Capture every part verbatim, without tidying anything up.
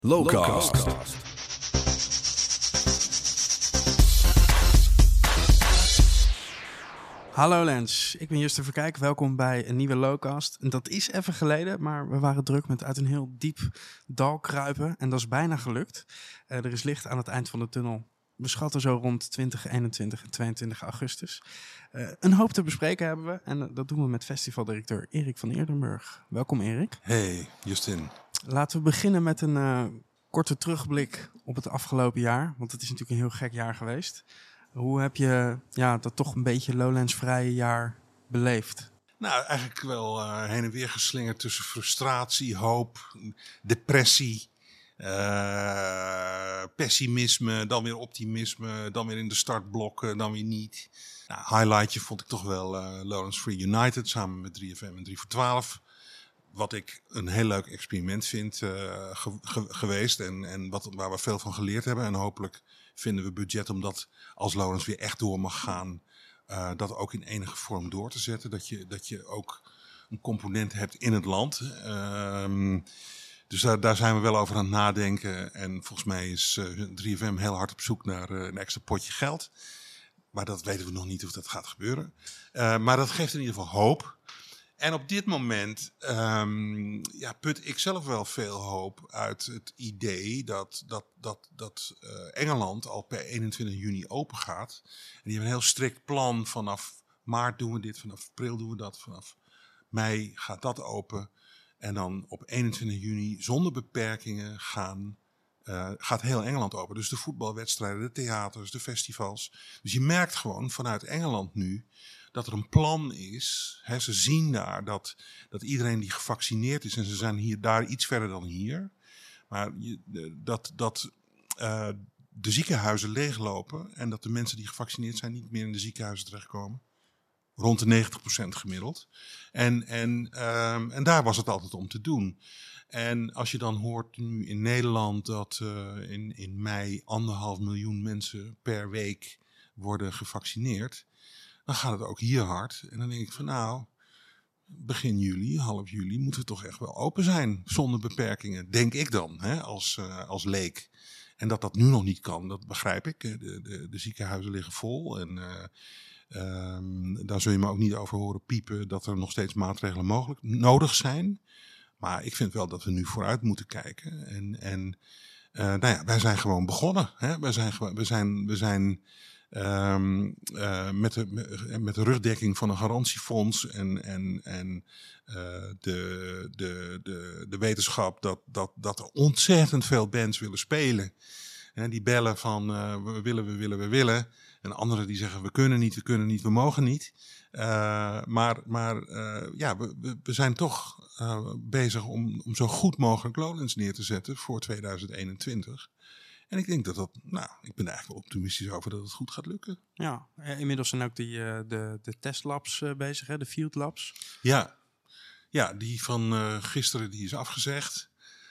Lowcast. Hallo Lens, ik ben Justin Verkijk. Welkom bij een nieuwe Lowcast. En dat is even geleden, maar we waren druk met uit een heel diep dal kruipen. En dat is bijna gelukt. Uh, er is licht aan het eind van de tunnel. We schatten zo rond twintig eenentwintig en tweeëntwintig augustus. Uh, een hoop te bespreken hebben we. En uh, dat doen we met festivaldirecteur Erik van Eerdenburg. Welkom Erik. Hey Justin. Laten we beginnen met een uh, korte terugblik op het afgelopen jaar. Want het is natuurlijk een heel gek jaar geweest. Hoe heb je ja, dat toch een beetje Lowlands-vrije jaar beleefd? Nou, eigenlijk wel uh, heen en weer geslingerd tussen frustratie, hoop, depressie, uh, pessimisme, dan weer optimisme, dan weer in de startblokken, dan weer niet. Nou, highlightje vond ik toch wel uh, Lowlands Free United samen met drie F M en drie voor twaalf. Wat ik een heel leuk experiment vind uh, ge- ge- geweest en, en wat, waar we veel van geleerd hebben. En hopelijk vinden we budget om dat als Lowlands weer echt door mag gaan, uh, dat ook in enige vorm door te zetten. Dat je, dat je ook een component hebt in het land. Um, dus daar, daar zijn we wel over aan het nadenken. En volgens mij is uh, drie F M heel hard op zoek naar uh, een extra potje geld. Maar dat weten we nog niet of dat gaat gebeuren. Uh, maar dat geeft in ieder geval hoop. En op dit moment um, ja, put ik zelf wel veel hoop uit het idee dat, dat, dat, dat uh, Engeland al per eenentwintig juni open gaat. En die hebben een heel strikt plan. Vanaf maart doen we dit, vanaf april doen we dat, vanaf mei gaat dat open. En dan op eenentwintig juni zonder beperkingen gaan, uh, gaat heel Engeland open. Dus de voetbalwedstrijden, de theaters, de festivals. Dus je merkt gewoon vanuit Engeland nu dat er een plan is. He, ze zien daar dat, dat iedereen die gevaccineerd is, en ze zijn hier, daar iets verder dan hier, maar je, dat, dat uh, de ziekenhuizen leeglopen en dat de mensen die gevaccineerd zijn niet meer in de ziekenhuizen terechtkomen. Rond de negentig procent gemiddeld. En, en, um, en daar was het altijd om te doen. En als je dan hoort nu in Nederland dat uh, in, in mei anderhalf miljoen mensen per week worden gevaccineerd, dan gaat het ook hier hard. En dan denk ik van nou, begin juli, half juli, moeten we toch echt wel open zijn. Zonder beperkingen, denk ik dan, hè, als, uh, als leek. En dat dat nu nog niet kan, dat begrijp ik. De, de, de ziekenhuizen liggen vol. En uh, um, daar zul je me ook niet over horen piepen dat er nog steeds maatregelen mogelijk nodig zijn. Maar ik vind wel dat we nu vooruit moeten kijken. En, en uh, nou ja, wij zijn gewoon begonnen. Hè? Wij zijn, we zijn, we zijn Um, uh, met, de, met de rugdekking van een garantiefonds en, en, en uh, de, de, de, de wetenschap dat, dat, dat er ontzettend veel bands willen spelen. En die bellen van uh, we willen, we willen, we willen. En anderen die zeggen we kunnen niet, we kunnen niet, we mogen niet. Uh, maar maar uh, ja, we, we zijn toch uh, bezig om, om zo goed mogelijk Lowlands neer te zetten voor tweeduizend eenentwintig. En ik denk dat dat, nou, ik ben er eigenlijk wel optimistisch over dat het goed gaat lukken. Ja, inmiddels zijn ook die, uh, de, de testlabs uh, bezig, hè? De field labs. Ja, ja die van uh, gisteren die is afgezegd.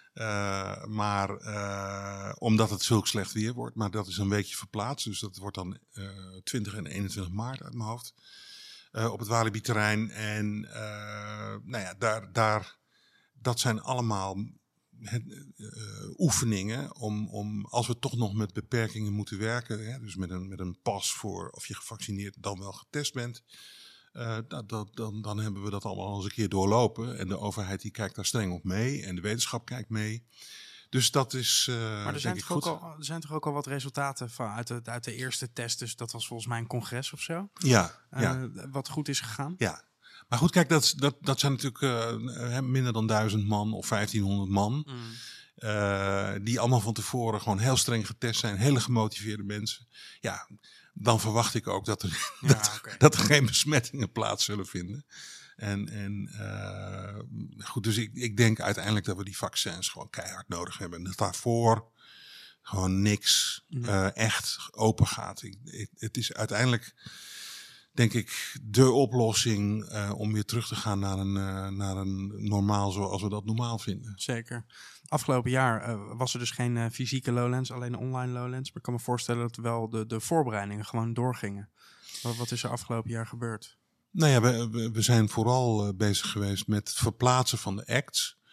Uh, maar uh, omdat het zulk slecht weer wordt, maar dat is een weekje verplaatst. Dus dat wordt dan uh, twintig en eenentwintig maart uit mijn hoofd. Uh, op het Walibi-terrein. En uh, nou ja, daar, daar, dat zijn allemaal Het, uh, oefeningen om, om, als we toch nog met beperkingen moeten werken, hè, dus met een, met een pas voor of je gevaccineerd dan wel getest bent, uh, dat, dat, dan, dan hebben we dat allemaal eens een keer doorlopen. En de overheid die kijkt daar streng op mee en de wetenschap kijkt mee. Dus dat is uh, maar er zijn, denk toch ik ook goed. al, er zijn toch ook al wat resultaten van uit, de, uit de eerste test, dus dat was volgens mij een congres of zo, Ja, uh, ja. wat goed is gegaan. Ja. Maar goed, kijk, dat, dat, dat zijn natuurlijk uh, minder dan duizend man of vijftienhonderd man. Mm. Uh, die allemaal van tevoren gewoon heel streng getest zijn. Hele gemotiveerde mensen. Ja, dan verwacht ik ook dat er, ja, dat, okay. dat er geen besmettingen plaats zullen vinden. En, en uh, goed, dus ik, ik denk uiteindelijk dat we die vaccins gewoon keihard nodig hebben. En dat daarvoor gewoon niks mm. uh, echt open gaat. Ik, ik, het is uiteindelijk, denk ik, de oplossing uh, om weer terug te gaan naar een, uh, naar een normaal zoals we dat normaal vinden. Zeker. Afgelopen jaar uh, was er dus geen uh, fysieke Lowlands, alleen online Lowlands. Maar ik kan me voorstellen dat wel de, de voorbereidingen gewoon doorgingen. Wat, wat is er afgelopen jaar gebeurd? Nou ja, we, we, we zijn vooral uh, bezig geweest met het verplaatsen van de acts.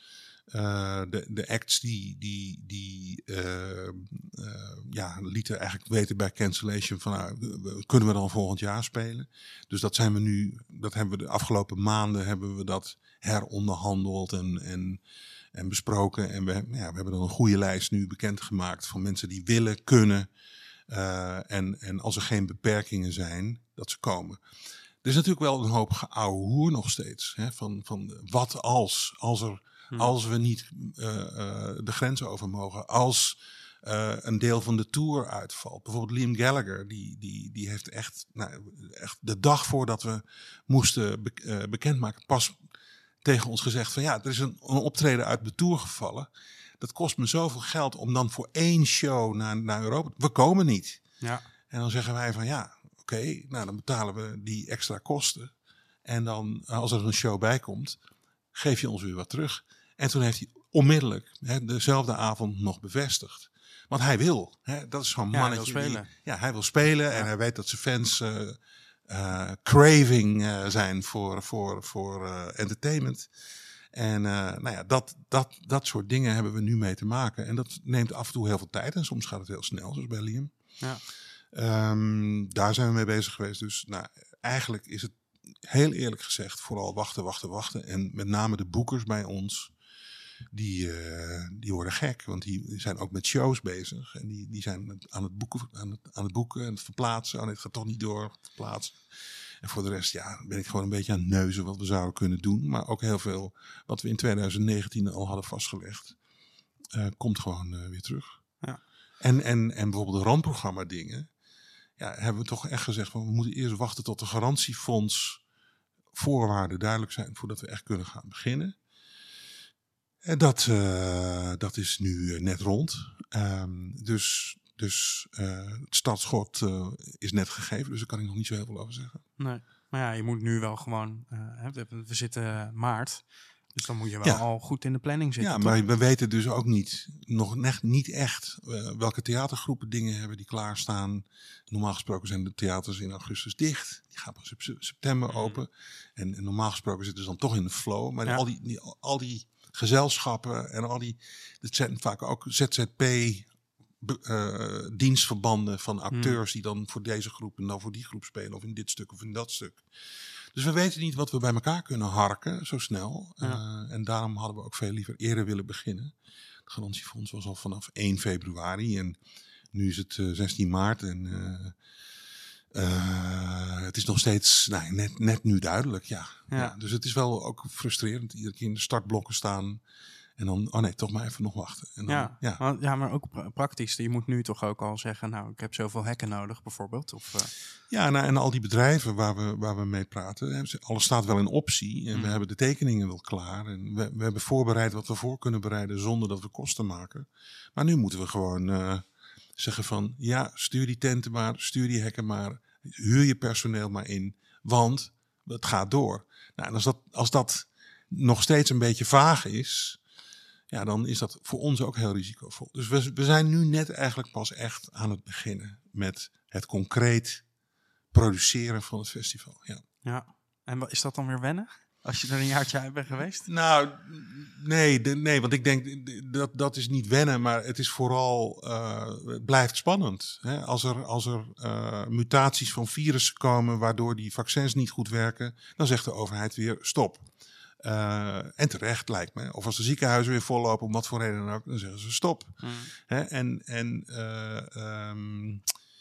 Uh, de, de acts die, die, die uh, uh, ja, lieten eigenlijk weten bij cancellation van nou, kunnen we dan volgend jaar spelen. Dus dat zijn we nu, dat hebben we de afgelopen maanden hebben we dat heronderhandeld en, en, en besproken. En we, ja, we hebben dan een goede lijst nu bekendgemaakt van mensen die willen, kunnen. Uh, en, en als er geen beperkingen zijn, dat ze komen. Er is natuurlijk wel een hoop geouwe hoer nog steeds. Hè, van, van wat als, als er Hmm. Als we niet uh, uh, de grens over mogen. Als uh, een deel van de tour uitvalt. Bijvoorbeeld Liam Gallagher. Die, die, die heeft echt, nou, echt de dag voordat we moesten be- uh, bekendmaken. Pas tegen ons gezegd van ja, er is een, een optreden uit de tour gevallen. Dat kost me zoveel geld om dan voor één show naar, naar Europa. We komen niet. Ja. En dan zeggen wij van ja, oké. Okay, nou dan betalen we die extra kosten. En dan als er een show bij komt. Geef je ons weer wat terug. En toen heeft hij onmiddellijk hè, dezelfde avond nog bevestigd. Want hij wil. Hè, dat is zo'n ja, mannetje. Hij wil spelen. Die, ja, hij wil spelen. Ja. En hij weet dat zijn fans uh, uh, craving uh, zijn voor, voor, voor uh, entertainment. En uh, nou ja, dat, dat, dat soort dingen hebben we nu mee te maken. En dat neemt af en toe heel veel tijd. En soms gaat het heel snel, zoals bij Liam. Ja. Um, daar zijn we mee bezig geweest. Dus nou, eigenlijk is het heel eerlijk gezegd vooral wachten, wachten, wachten. En met name de boekers bij ons, die, uh, die worden gek. Want die zijn ook met shows bezig. En die, die zijn aan het boeken, aan het, aan het boeken en het verplaatsen. Oh, het gaat toch niet door, verplaatsen. En voor de rest, ja, ben ik gewoon een beetje aan het neuzen wat we zouden kunnen doen. Maar ook heel veel wat we in twintig negentien al hadden vastgelegd, uh, komt gewoon uh, weer terug. Ja. En, en, en bijvoorbeeld de randprogramma dingen. Ja, hebben we toch echt gezegd van we moeten eerst wachten tot de garantiefonds voorwaarden duidelijk zijn voordat we echt kunnen gaan beginnen. En dat, uh, dat is nu net rond. Um, dus dus uh, het startschot uh, is net gegeven, dus daar kan ik nog niet zo heel veel over zeggen. Nee, maar ja, je moet nu wel gewoon, uh, we zitten maart, dus dan moet je wel ja. al goed in de planning zitten. Ja, toch? maar we weten dus ook niet, nog net niet echt uh, welke theatergroepen dingen hebben die klaarstaan. Normaal gesproken zijn de theaters in augustus dicht. Die gaan pas in september open. En, en normaal gesproken zitten ze dan toch in de flow. Maar ja. al, die, die, al die gezelschappen en al die, dat zijn vaak ook Z Z P uh, dienstverbanden van acteurs hmm. die dan voor deze groep en dan voor die groep spelen. Of in dit stuk of in dat stuk. Dus we weten niet wat we bij elkaar kunnen harken zo snel. Ja. Uh, en daarom hadden we ook veel liever eerder willen beginnen. Het garantiefonds was al vanaf één februari en nu is het uh, zestien maart. En uh, uh, het is nog steeds nou, net, net nu duidelijk, ja. Ja. ja. Dus het is wel ook frustrerend. Iedere keer in de startblokken staan. En dan, oh nee, toch maar even nog wachten. En dan, ja, ja. Maar, ja, maar ook pra- praktisch. Je moet nu toch ook al zeggen, nou, ik heb zoveel hekken nodig bijvoorbeeld. Of, uh... Ja, nou, en al die bedrijven waar we, waar we mee praten, alles staat wel in optie. En mm. we hebben de tekeningen wel klaar. En we, we hebben voorbereid wat we voor kunnen bereiden zonder dat we kosten maken. Maar nu moeten we gewoon uh, zeggen van, ja, stuur die tenten maar, stuur die hekken maar. Huur je personeel maar in, want het gaat door. Nou, en als dat, als dat nog steeds een beetje vaag is, ja, dan is dat voor ons ook heel risicovol. Dus we, we zijn nu net eigenlijk pas echt aan het beginnen met het concreet produceren van het festival. Ja. Ja. En is dat dan weer wennen? Als je er een jaartje uit bent geweest? Nou, nee, de, nee, want ik denk dat dat is niet wennen, maar het is vooral, uh, het blijft spannend. Hè? Als er, als er uh, mutaties van virussen komen waardoor die vaccins niet goed werken, dan zegt de overheid weer stop. Uh, en terecht lijkt me. Of als de ziekenhuizen weer vollopen om wat voor reden dan ook, dan zeggen ze stop. Mm. Hè? En, en uh, um,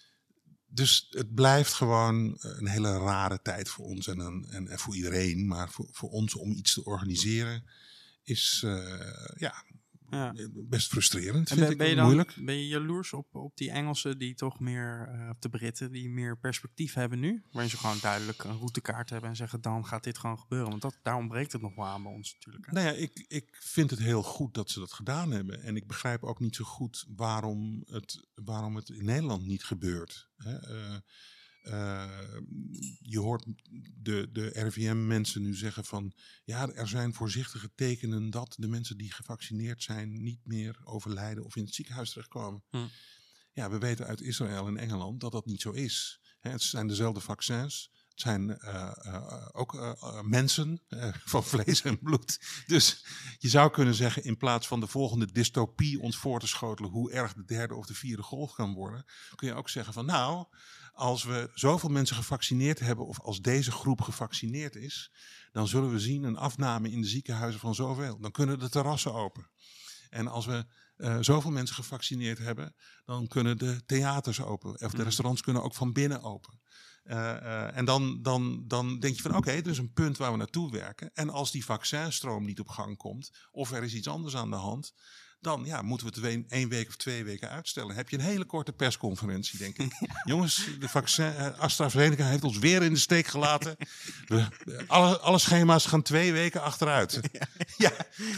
dus het blijft gewoon een hele rare tijd voor ons en, een, en, en voor iedereen. Maar voor, voor ons om iets te organiseren is uh, ja, ja, best frustrerend. En vind ben, ik ben, je dan, moeilijk. ben je jaloers op, op die Engelsen die toch meer, uh, op de Britten, die meer perspectief hebben nu? Waarin ze gewoon duidelijk een routekaart hebben en zeggen, dan gaat dit gewoon gebeuren. Want dat, daar ontbreekt het nog wel aan bij ons natuurlijk. Hè? Nou ja, ik, ik vind het heel goed dat ze dat gedaan hebben. En ik begrijp ook niet zo goed waarom het, waarom het in Nederland niet gebeurt. Hè? Uh, Uh, je hoort de, de R I V M-mensen nu zeggen van, ja, er zijn voorzichtige tekenen dat de mensen die gevaccineerd zijn niet meer overlijden of in het ziekenhuis terechtkomen. Hm. Ja, we weten uit Israël en Engeland dat dat niet zo is. Hè, het zijn dezelfde vaccins. Het zijn uh, uh, ook uh, uh, mensen uh, van vlees en bloed. Dus je zou kunnen zeggen, in plaats van de volgende dystopie ons voor te schotelen hoe erg de derde of de vierde golf kan worden, kun je ook zeggen van nou, als we zoveel mensen gevaccineerd hebben of als deze groep gevaccineerd is, dan zullen we zien een afname in de ziekenhuizen van zoveel. Dan kunnen de terrassen open. En als we uh, zoveel mensen gevaccineerd hebben, dan kunnen de theaters open. Of de restaurants kunnen ook van binnen open. Uh, uh, en dan, dan, dan denk je van oké, okay, er is een punt waar we naartoe werken. En als die vaccinstroom niet op gang komt, of er is iets anders aan de hand, dan ja, moeten we het één week of twee weken uitstellen. Heb je een hele korte persconferentie, denk ik. Jongens, de vaccin, uh, AstraZeneca heeft ons weer in de steek gelaten. We, alle, alle schema's gaan twee weken achteruit. Ja,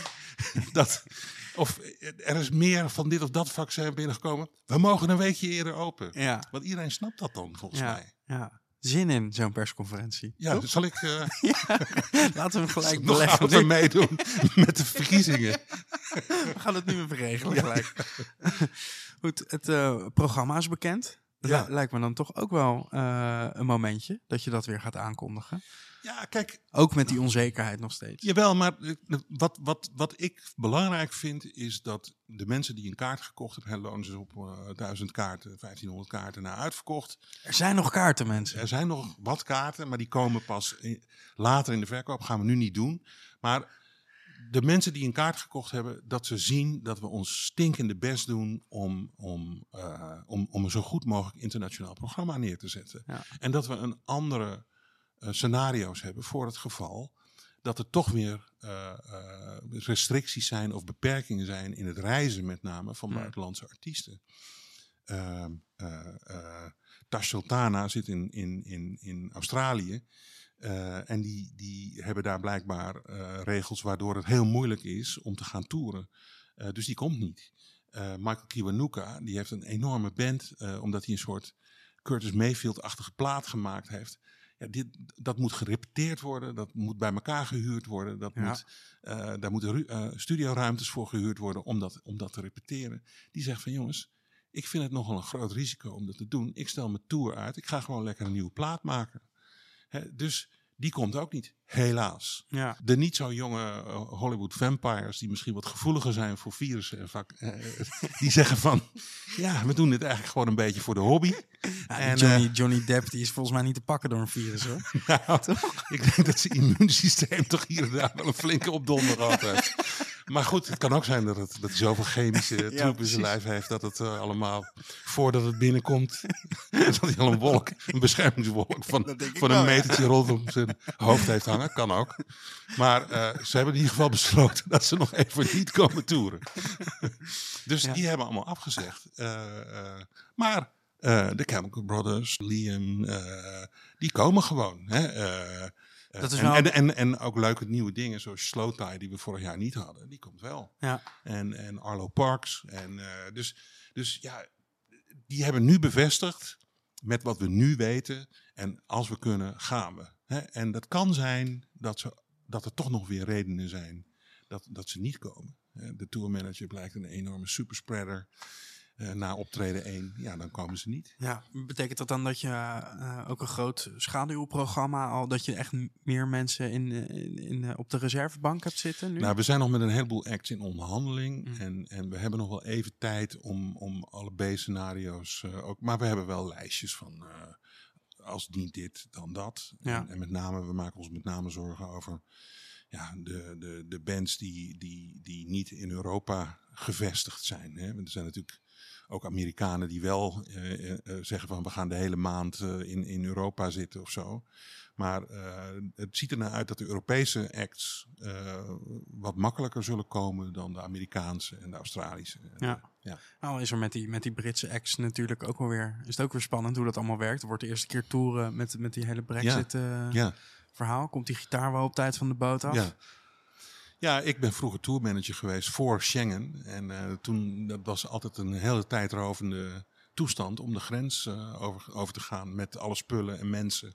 dat... Of er is meer van dit of dat vaccin binnengekomen. We mogen een weekje eerder open. Ja. Want iedereen snapt dat dan, volgens ja, mij. Ja. Zin in zo'n persconferentie. Ja, toch? Dus zal ik... Uh, ja, laten we hem gelijk nog beleggen. Nog meedoen met de verkiezingen. We gaan het nu even regelen ja. gelijk. Goed, het uh, programma is bekend. Dat ja. lijkt me dan toch ook wel uh, een momentje dat je dat weer gaat aankondigen. Ja, kijk. Ook met die onzekerheid nog steeds. Jawel, maar wat, wat, wat ik belangrijk vind is dat de mensen die een kaart gekocht hebben, Hello is op uh, duizend kaarten, vijftienhonderd kaarten naar uitverkocht. Er zijn nog kaarten, mensen. Er zijn nog wat kaarten, maar die komen pas in, later in de verkoop. Gaan we nu niet doen. Maar de mensen die een kaart gekocht hebben, dat ze zien dat we ons stinkende best doen om, om, uh, om, om een zo goed mogelijk internationaal programma neer te zetten. Ja. En dat we een andere uh, scenario's hebben voor het geval dat er toch weer uh, uh, restricties zijn of beperkingen zijn in het reizen met name van buitenlandse artiesten. Uh, uh, uh, Tash Sultana zit in, in, in, in Australië. Uh, en die, die hebben daar blijkbaar uh, regels waardoor het heel moeilijk is om te gaan toeren. Uh, dus die komt niet. Uh, Michael Kiwanuka, die heeft een enorme band, uh, omdat hij een soort Curtis Mayfield-achtige plaat gemaakt heeft. Ja, dit, dat moet gerepeteerd worden, dat moet bij elkaar gehuurd worden. Dat ja. moet, uh, daar moeten ru- uh, studioruimtes voor gehuurd worden om dat, om dat te repeteren. Die zegt van jongens, ik vind het nogal een groot risico om dat te doen. Ik stel mijn tour uit, ik ga gewoon lekker een nieuwe plaat maken. He, dus die komt ook niet, helaas. Ja. De niet zo jonge uh, Hollywood vampires, die misschien wat gevoeliger zijn voor virussen en vak, uh, die zeggen van, ja, we doen dit eigenlijk gewoon een beetje voor de hobby. Ja, en, Johnny, uh, Johnny Depp, die is volgens mij niet te pakken door een virus, hoor. Nou, ik denk dat zijn immuunsysteem toch hier en daar wel een flinke opdonder gehad heeft. Maar goed, het kan ook zijn dat, het, dat hij zoveel chemische troep ja, in zijn lijf heeft, dat het uh, allemaal, voordat het binnenkomt, dat hij al een wolk, een beschermingswolk van, van een metertje ja. rondom zijn hoofd heeft hangen. Kan ook. Maar uh, ze hebben in ieder geval besloten dat ze nog even niet komen toeren. Dus ja. die hebben allemaal afgezegd. Uh, uh, maar uh, de Chemical Brothers, Liam, uh, die komen gewoon. Hè? Uh, Dat is en, wel... en, en, en ook leuke nieuwe dingen zoals Slow Tie die we vorig jaar niet hadden. Die komt wel. Ja. En, en Arlo Parks. En, uh, dus, dus ja, die hebben nu bevestigd met wat we nu weten. En als we kunnen, gaan we. Hè? En dat kan zijn dat, ze, dat er toch nog weer redenen zijn dat, dat ze niet komen. De tourmanager blijkt een enorme superspreader. Uh, na optreden één, ja, dan komen ze niet. Ja, betekent dat dan dat je uh, ook een groot schaduwprogramma, al dat je echt meer mensen in, in, in, op de reservebank hebt zitten nu? Nou, we zijn nog met een heleboel acts in onderhandeling. Mm. En, en we hebben nog wel even tijd om, om alle B-scenario's uh, ook. Maar we hebben wel lijstjes van uh, als niet dit, dan dat. Ja. En, en met name, we maken ons met name zorgen over ja, de, de, de bands die, die, die niet in Europa gevestigd zijn. Hè? Want er zijn natuurlijk ook Amerikanen die wel uh, uh, zeggen van we gaan de hele maand uh, in, in Europa zitten of zo. Maar uh, het ziet er nou uit dat de Europese acts uh, wat makkelijker zullen komen dan de Amerikaanse en de Australische. Ja. Ja. Nou is er met die, met die Britse acts natuurlijk ook wel weer, is het ook weer spannend hoe dat allemaal werkt. Er wordt de eerste keer toeren met, met die hele Brexit uh, ja. verhaal. Komt die gitaar wel op tijd van de boot af? Ja. Ja, ik ben vroeger tourmanager geweest voor Schengen. En uh, toen dat was altijd een hele tijdrovende toestand om de grens uh, over, over te gaan met alle spullen en mensen.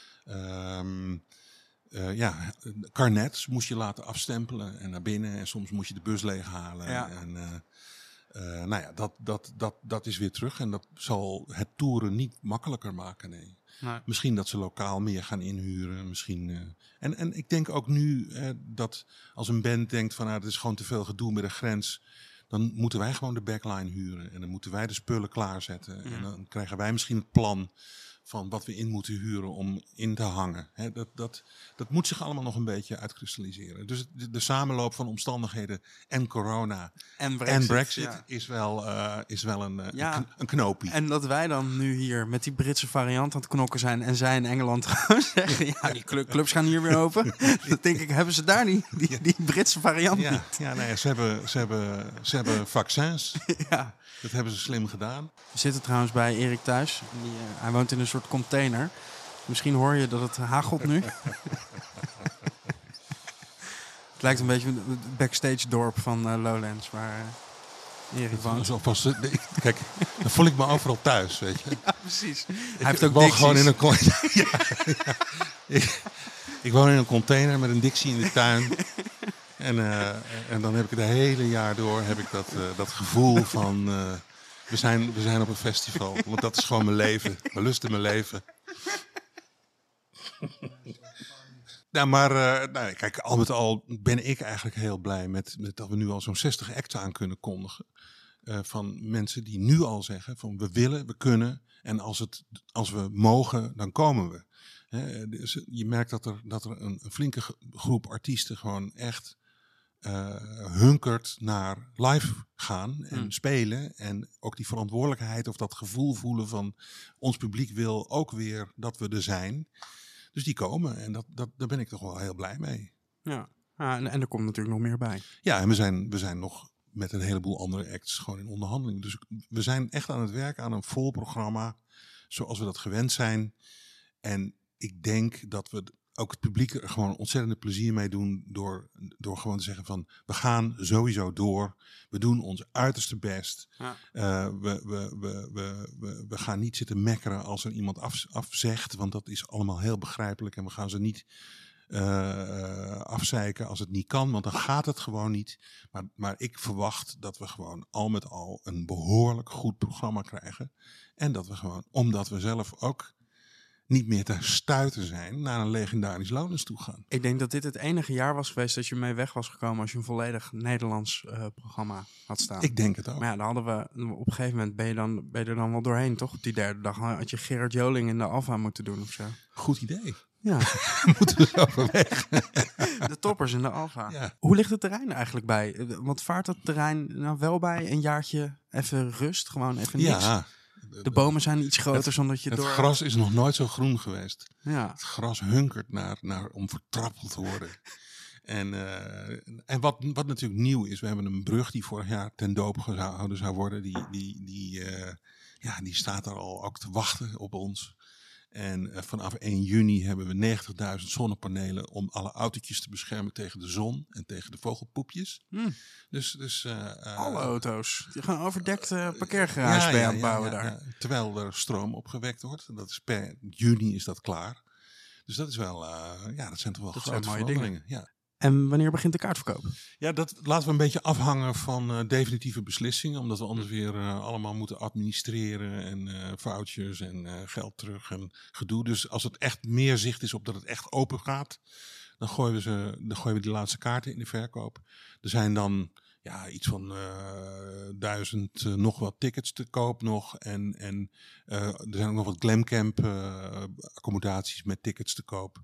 Um, uh, ja, carnets moest je laten afstempelen en naar binnen. En soms moest je de bus leeghalen. Ja. En, uh, Uh, nou ja, dat, dat, dat, dat is weer terug. En dat zal het toeren niet makkelijker maken, nee. Nee. Misschien dat ze lokaal meer gaan inhuren. Misschien, uh, en, en ik denk ook nu uh, dat als een band denkt van... Nou, het is gewoon te veel gedoe met de grens... dan moeten wij gewoon de backline huren. En dan moeten wij de spullen klaarzetten. Ja. En dan krijgen wij misschien het plan... van wat we in moeten huren om in te hangen. He, dat, dat, dat moet zich allemaal nog een beetje uitkristalliseren. Dus de, de samenloop van omstandigheden en corona en Brexit, en Brexit ja. is wel, uh, is wel een, ja. een, een knoopje. En dat wij dan nu hier met die Britse variant aan het knokken zijn... en zij in Engeland gewoon zeggen... ja, die clubs gaan hier weer open. Dan denk ik, hebben ze daar niet die, die Britse variant ja. niet? Ja, nee, ze hebben, ze hebben, ze hebben vaccins. Ja. Dat hebben ze slim gedaan. We zitten trouwens bij Erik thuis. Die, uh, hij woont in een soort container. Misschien hoor je dat het hagelt nu. Het lijkt een beetje het backstage dorp van uh, Lowlands, waar uh, Erik woont. Zo pas, kijk, dan voel ik me overal thuis, weet je. Ja, precies. Hij ik, heeft ook ik woon Dixies. gewoon in een container. ja, ja. Ik, ik woon in een container met een Dixie in de tuin. En, uh, en dan heb ik het hele jaar door heb ik dat, uh, dat gevoel van... Uh, we, zijn, we zijn op een festival. Want dat is gewoon mijn leven. Mijn lust in mijn leven. nou, maar uh, nou, kijk, al met al ben ik eigenlijk heel blij... met, met dat we nu al zo'n zestig acts aan kunnen kondigen. Uh, van mensen die nu al zeggen van we willen, we kunnen... en als, het, als we mogen, dan komen we. He, dus je merkt dat er, dat er een, een flinke groep artiesten gewoon echt... Uh, hunkert naar live gaan en mm. spelen. En ook die verantwoordelijkheid of dat gevoel voelen van... ons publiek wil ook weer dat we er zijn. Dus die komen en dat, dat, daar ben ik toch wel heel blij mee. Ja, ah, en, en er komt natuurlijk nog meer bij. Ja, en we zijn, we zijn nog met een heleboel andere acts gewoon in onderhandeling. Dus we zijn echt aan het werken aan een vol programma... zoals we dat gewend zijn. En ik denk dat we... ook het publiek er gewoon ontzettende plezier mee doen door, door gewoon te zeggen van... we gaan sowieso door, we doen ons uiterste best. Ja. Uh, we, we, we, we, we, we gaan niet zitten mekkeren als er iemand af, afzegt... want dat is allemaal heel begrijpelijk. En we gaan ze niet uh, afzeiken als het niet kan, want dan gaat het gewoon niet. Maar, maar ik verwacht dat we gewoon al met al een behoorlijk goed programma krijgen. En dat we gewoon, omdat we zelf ook... niet meer te stuiten zijn naar een legendarisch Lowlands toe gaan. Ik denk dat dit het enige jaar was geweest dat je mee weg was gekomen als je een volledig Nederlands uh, programma had staan. Ik denk het ook. Maar ja, dan hadden we op een gegeven moment ben je, dan, ben je er dan wel doorheen, toch? Op die derde dag had je Gerard Joling in de Alfa moeten doen of zo. Goed idee. Ja. Moeten we overweg. De toppers in de Alfa. Ja. Hoe ligt het terrein eigenlijk bij? Want vaart het terrein nou wel bij een jaartje even rust? Gewoon even niks? Ja. De bomen zijn iets groter, het, zodat je het door... Het gras is nog nooit zo groen geweest. Ja. Het gras hunkert naar, naar om vertrappeld te worden. en uh, en wat, wat natuurlijk nieuw is, we hebben een brug die vorig jaar ten doop gehouden zou worden. Die, die, die, uh, ja, die staat er al ook te wachten op ons. En uh, vanaf één juni hebben we negentigduizend zonnepanelen om alle autootjes te beschermen tegen de zon en tegen de vogelpoepjes. Hmm. Dus, dus, uh, uh, alle auto's. Die gaan overdekte uh, parkeergarages ja, bij aan het ja, bouwen ja, daar. Ja, terwijl er stroom opgewekt wordt. Dat is per juni is dat klaar. Dus dat is wel, uh, ja, dat zijn toch wel dat grote veranderingen. Ja. En wanneer begint de kaartverkoop? Ja, dat laten we een beetje afhangen van uh, definitieve beslissingen. Omdat we anders weer uh, allemaal moeten administreren en uh, vouchers en uh, geld terug en gedoe. Dus als het echt meer zicht is op dat het echt open gaat, dan gooien we, ze, dan gooien we die laatste kaarten in de verkoop. Er zijn dan ja, iets van uh, duizend uh, nog wat tickets te koop nog. En, en uh, er zijn ook nog wat Glamcamp uh, accommodaties met tickets te koop.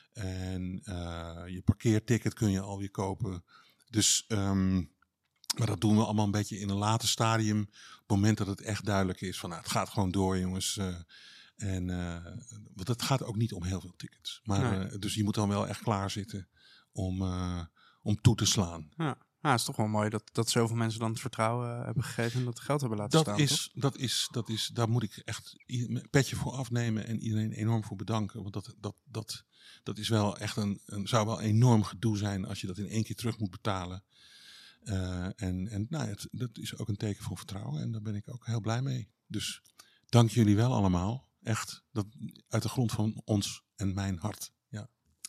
En uh, je parkeerticket kun je alweer kopen. Dus, um, maar dat doen we allemaal een beetje in een later stadium. Op het moment dat het echt duidelijk is van, nou, het gaat gewoon door, jongens. Uh, en uh, want het gaat ook niet om heel veel tickets. Maar, nee. uh, dus je moet dan wel echt klaar zitten om, uh, om toe te slaan. Ja. Nou, het is toch wel mooi dat, dat zoveel mensen dan het vertrouwen uh, hebben gegeven en dat geld hebben laten dat staan. Is, dat is, dat is, daar moet ik echt een petje voor afnemen en iedereen enorm voor bedanken. Want dat, dat, dat, dat is wel echt een, een, zou wel enorm gedoe zijn als je dat in één keer terug moet betalen. Uh, en en nou, het, dat is ook een teken van vertrouwen en daar ben ik ook heel blij mee. Dus dank jullie wel allemaal. Echt, dat, uit de grond van ons en mijn hart. Ja.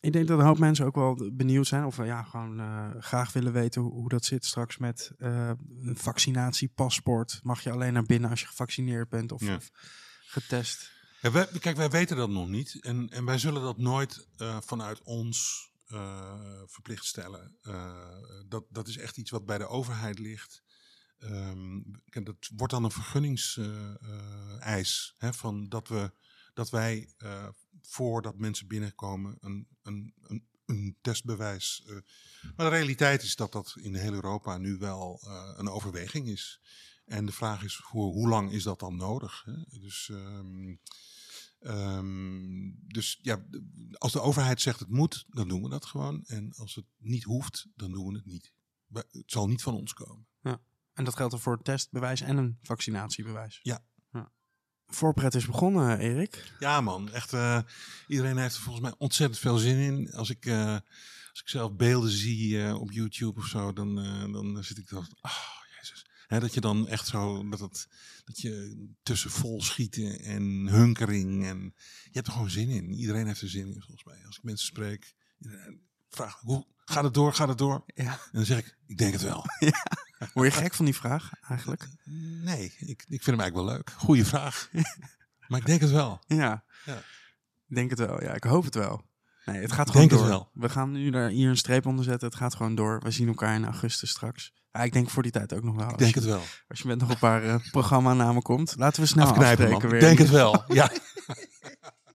Ik denk dat een hoop mensen ook wel benieuwd zijn of uh, ja, gewoon uh, graag willen weten hoe, hoe dat zit straks met uh, een vaccinatiepaspoort. Mag je alleen naar binnen als je gevaccineerd bent of, Ja. of getest? Ja, wij, kijk, wij weten dat nog niet en, en wij zullen dat nooit uh, vanuit ons uh, verplicht stellen. Uh, dat, dat is echt iets wat bij de overheid ligt. Um, dat wordt dan een vergunningseis, uh, uh, van dat we dat wij uh, voordat mensen binnenkomen een, een, een, een testbewijs. Uh, maar de realiteit is dat dat in heel Europa nu wel uh, een overweging is. En de vraag is voor hoe lang is dat dan nodig? Hè? Dus, um, um, dus ja, als de overheid zegt het moet, dan doen we dat gewoon. En als het niet hoeft, dan doen we het niet. Het zal niet van ons komen. Ja. En dat geldt er voor een testbewijs en een vaccinatiebewijs. Ja. ja. Voorpret is begonnen, Erik. Ja man, echt. Uh, iedereen heeft er volgens mij ontzettend veel zin in. Als ik, uh, als ik zelf beelden zie uh, op YouTube of zo, dan, uh, dan zit ik dan... Oh, jezus. Hè, dat je dan echt zo... Dat, het, dat je tussen vol schieten en hunkering. En, je hebt er gewoon zin in. Iedereen heeft er zin in volgens mij. Als ik mensen spreek, vraag hoe gaat het door, gaat het door? Ja. En dan zeg ik, ik denk het wel. Ja. Word je gek van die vraag eigenlijk? Nee, ik, ik vind hem eigenlijk wel leuk. Goeie vraag. Maar ik denk het wel. Ja, ja. Ik denk het wel. Ja, ik hoop het wel. Nee, het gaat ik gewoon denk door. Het wel. We gaan nu daar hier een streep onder zetten. Het gaat gewoon door. We zien elkaar in augustus straks. Ja, ik denk voor die tijd ook nog wel. Ik denk je, het wel. Als je met nog een paar uh, programmanamen komt. Laten we snel Afknijpen, afspreken man. weer. Ik denk het wel, ja.